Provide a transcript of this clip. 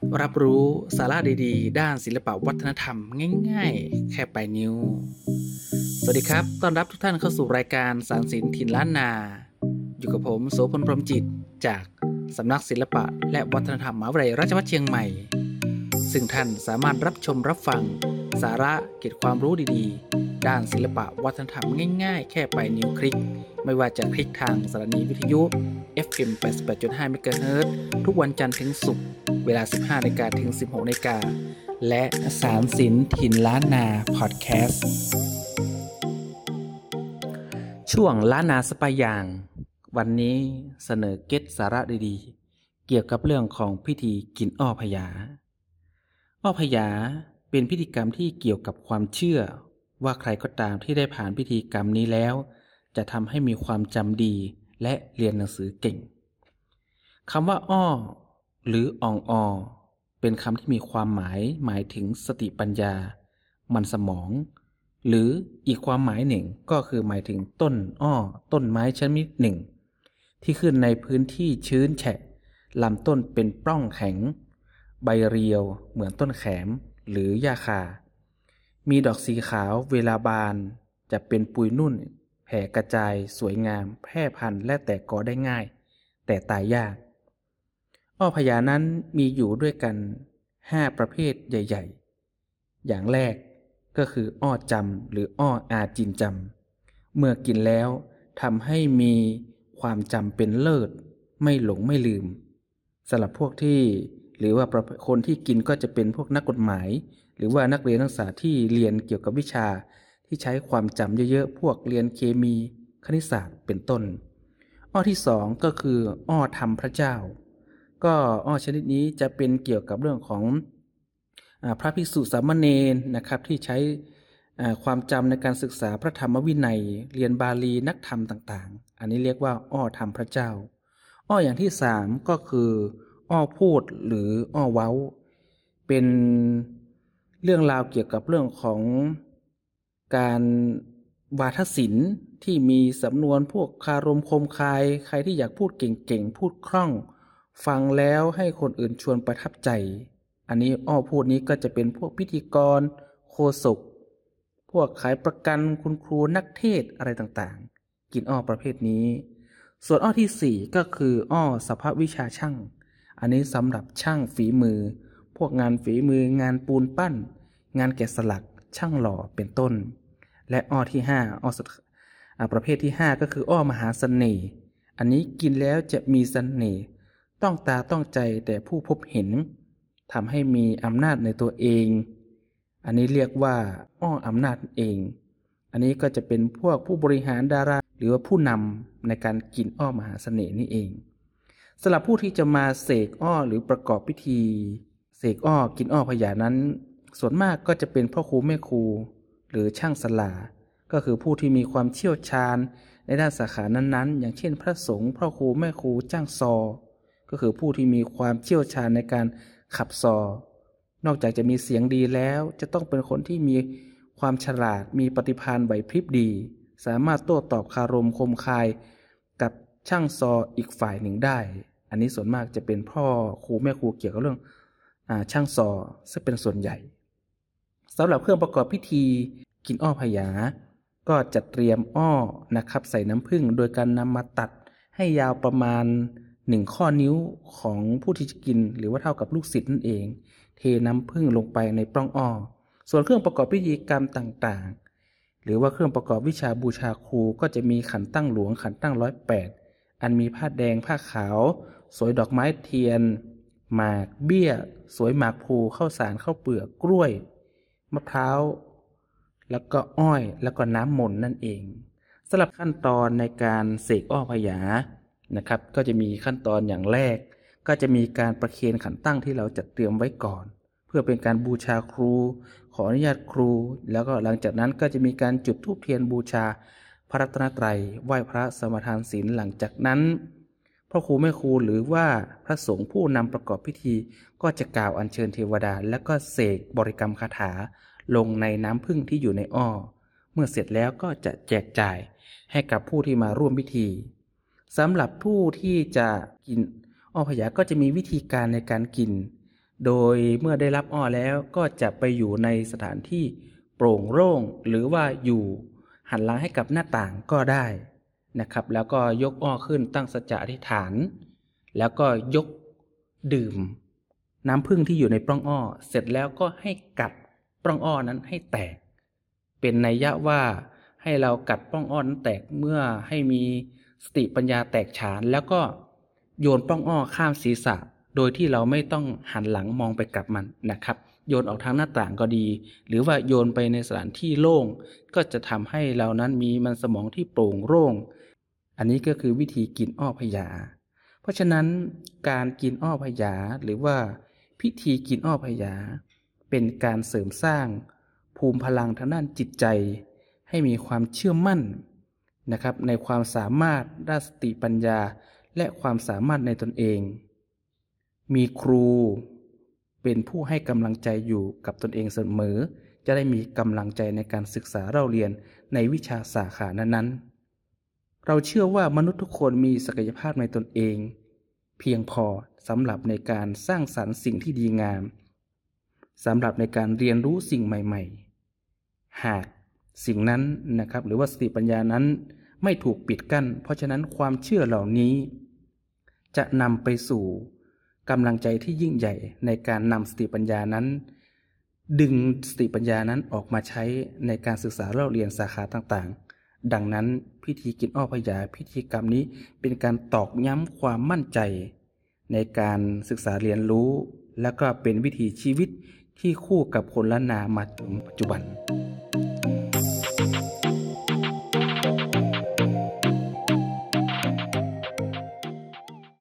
รับรู้สาระดีๆด้านศิลปวัฒนธรรมง่ายๆแค่ปลายนิ้วสวัสดีครับต้อนรับทุกท่านเข้าสู่รายการสารศิลป์ถิ่นล้านนาอยู่กับผมโสพลพรหมจิตจากสำนักศิลปะและวัฒนธรรมมหาวิทยาลัยราชภัฏเชียงใหม่ซึ่งท่านสามารถรับชมรับฟังสาระเกร็ดความรู้ดีๆด้านศิลปะวัฒนธรรมง่ายๆแค่ปลายนิ้วคลิกไม่ว่าจะคลิกทางสถานีวิทยุ FM 88.5 MHz ทุกวันจันทร์ถึงศุกร์เวลา 15 นาฬิกาถึง 16 นาฬิกาและสารศิลป์ถิ่นล้านนาพอดแคสต์ช่วงล้านนาสปายางวันนี้เสนอเก็ตสาระดีๆเกี่ยวกับเรื่องของพิธีกินอ้อพญาอ้อพญาเป็นพิธีกรรมที่เกี่ยวกับความเชื่อว่าใครก็ตามที่ได้ผ่านพิธีกรรมนี้แล้วจะทำให้มีความจำดีและเรียนหนังสือเก่งคำว่าอ้อหรืออ่องออเป็นคำที่มีความหมายถึงสติปัญญามันสมองหรืออีกความหมายหนึ่งก็คือหมายถึงต้นอ้อต้นไม้ชนิดหนึ่งที่ขึ้นในพื้นที่ชื้นแฉะลำต้นเป็นปล้องแข็งใบเรียวเหมือนต้นแขมหรือหญ้าคามีดอกสีขาวเวลาบานจะเป็นปุยนุ่นแผ่กระจายสวยงามแพร่พันธุ์และแตกกอได้ง่ายแต่ตายยากอ้อพญานั้นมีอยู่ด้วยกัน5ประเภทใหญ่ๆอย่างแรกก็คืออ้อจำหรืออ้ออาจินจำเมื่อกินแล้วทำให้มีความจำเป็นเลิศไม่หลงไม่ลืมสำหรับพวกที่หรือว่าคนที่กินก็จะเป็นพวกนักกฎหมายหรือว่านักเรียนนักศึกษาที่เรียนเกี่ยวกับวิชาที่ใช้ความจำเยอะๆพวกเรียนเคมีคณิตศาสตร์เป็นต้นอ้อที่2ก็คืออ้อธรรมพระเจ้าก็อ้อชนิดนี้จะเป็นเกี่ยวกับเรื่องของพระภิกษุสามเณรนะครับที่ใช้ความจำในการศึกษาพระธรรมวินัยเรียนบาลีนักธรรมต่างๆอันนี้เรียกว่าอ้อธรรมพระเจ้าอ้ออย่างที่3ก็คืออ้อพูดหรืออ้อเว้าเป็นเรื่องราวเกี่ยวกับเรื่องของการวาทศิลป์ที่มีสำนวนพวกคารมคมคายใครที่อยากพูดเก่งๆพูดคล่องฟังแล้วให้คนอื่นชวนประทับใจอันนี้อ้อพูดนี้ก็จะเป็นพวกพิธีกรโฆษกพวกขายประกันคุณครูนักเทศอะไรต่างๆกินอ้อประเภทนี้ส่วนอ้อที่4ก็คืออ้อสภวิชาช่างอันนี้สำหรับช่างฝีมือพวกงานฝีมืองานปูนปั้นงานแกะสลักช่างหล่อเป็นต้นและอ้อที่5ประเภทที่5ก็คืออ้อมหาเสน่ห์อันนี้กินแล้วจะมีเสน่ห์ต้องตาต้องใจแต่ผู้พบเห็นทำให้มีอำนาจในตัวเองอันนี้เรียกว่าอ้ออำนาจเองอันนี้ก็จะเป็นพวกผู้บริหารดาราหรือว่าผู้นำในการกินอ้อมหาเสน่ห์นี่เองสำหรับผู้ที่จะมาเสกอ้อหรือประกอบพิธีเสกอ้อกินอ้อพญานั้นส่วนมากก็จะเป็นพ่อครูแม่ครูหรือช่างสลาก็คือผู้ที่มีความเชี่ยวชาญในด้านสาขานั้นๆอย่างเช่นพระสงฆ์พ่อครูแม่ครูจ้างซอก็คือผู้ที่มีความเชี่ยวชาญในการขับซอนอกจากจะมีเสียงดีแล้วจะต้องเป็นคนที่มีความฉลาดมีปฏิภาณไหวพริบดีสามารถโต้ตอบคารมคมคายกับช่างซออีกฝ่ายหนึ่งได้อันนี้ส่วนมากจะเป็นพ่อครูแม่ครูเกี่ยวกับเรื่องช่างซอซึ่งเป็นส่วนใหญ่สำหรับเครื่องประกอบพิธีกินอ้อพญาก็จะเตรียมอ้อนะครับใส่น้ำผึ้งโดยการนำมาตัดให้ยาวประมาณ1ข้อนิ้วของผู้ที่จะกินหรือว่าเท่ากับลูกศิษย์นั่นเองเทน้ำผึ้งลงไปในปล้องอ้อส่วนเครื่องประกอบพิธีกรรมต่างๆหรือว่าเครื่องประกอบวิชาบูชาครูก็จะมีขันตั้งหลวงขันตั้ง108อันมีผ้าแดงผ้าขาวสวยดอกไม้เทียนหมากเบี้ยสวยหมากพลูข้าวสารข้าวเปลือกกล้วยมะพร้าวแล้วก็อ้อยแล้วก็น้ำมนต์นั่นเองสำหรับขั้นตอนในการเสกอ้อพญานะครับก็จะมีขั้นตอนอย่างแรกก็จะมีการประเคนขันตั้งที่เราจัดเตรียมไว้ก่อนเพื่อเป็นการบูชาครูขออนุญาตครูแล้วก็หลังจากนั้นก็จะมีการจุดธูปเทียนบูชาพระรัตนตรัยไหว้พระสมทานศีลหลังจากนั้นพระครูแม่ครูหรือว่าพระสงฆ์ผู้นำประกอบพิธีก็จะกล่าวอัญเชิญเทวดาและก็เสกบริกรรมคาถาลงในน้ำผึ้งที่อยู่ในอ้อเมื่อเสร็จแล้วก็จะแจกจ่ายให้กับผู้ที่มาร่วมพิธีสำหรับผู้ที่จะกินอ้อพญาก็จะมีวิธีการในการกินโดยเมื่อได้รับอ้อแล้วก็จะไปอยู่ในสถานที่โปร่งโล่งหรือว่าอยู่หันหลังให้กับหน้าต่างก็ได้นะครับแล้วก็ยกอ้อขึ้นตั้งสัจจะอธิษฐานแล้วก็ยกดื่มน้ำผึ้งที่อยู่ในปล้องอ้อเสร็จแล้วก็ให้กัดปล้องอ้อนั้นให้แตกเป็นนัยยะว่าให้เรากัดปล้องอ้อนั้นแตกเมื่อให้มีสติปัญญาแตกฉานแล้วก็โยนปล้องอ้อข้ามศีรษะโดยที่เราไม่ต้องหันหลังมองไปกับมันนะครับโยนออกทางหน้าต่างก็ดีหรือว่าโยนไปในสถานที่โล่งก็จะทำให้เรานั้นมีมันสมองที่โปร่งโล่งอันนี้ก็คือวิธีกินอ้อพญาเพราะฉะนั้นการกินอ้อพญาหรือว่าพิธีกินอ้อพญาเป็นการเสริมสร้างภูมิพลังทางด้านจิตใจให้มีความเชื่อมั่นนะครับในความสามารถด้านสติปัญญาและความสามารถในตนเองมีครูเป็นผู้ให้กำลังใจอยู่กับตนเองเสมอจะได้มีกำลังใจในการศึกษาเราเรียนในวิชาสาขานั้นๆเราเชื่อว่ามนุษย์ทุกคนมีศักยภาพในตนเองเพียงพอสำหรับในการสร้างสรรค์สิ่งที่ดีงามสำหรับในการเรียนรู้สิ่งใหม่ๆหากสิ่งนั้นนะครับหรือว่าสติปัญญานั้นไม่ถูกปิดกั้นเพราะฉะนั้นความเชื่อเหล่านี้จะนำไปสู่กำลังใจที่ยิ่งใหญ่ในการนำสติปัญญานั้นดึงสติปัญญานั้นออกมาใช้ในการศึกษาเล่าเรียนสาขาต่างๆดังนั้นพิธีกินอ้อพญาพิธีกรรมนี้เป็นการตอกย้ำความมั่นใจในการศึกษาเรียนรู้และก็เป็นวิถีชีวิตที่คู่กับคนล้านนามาถึงปัจจุบัน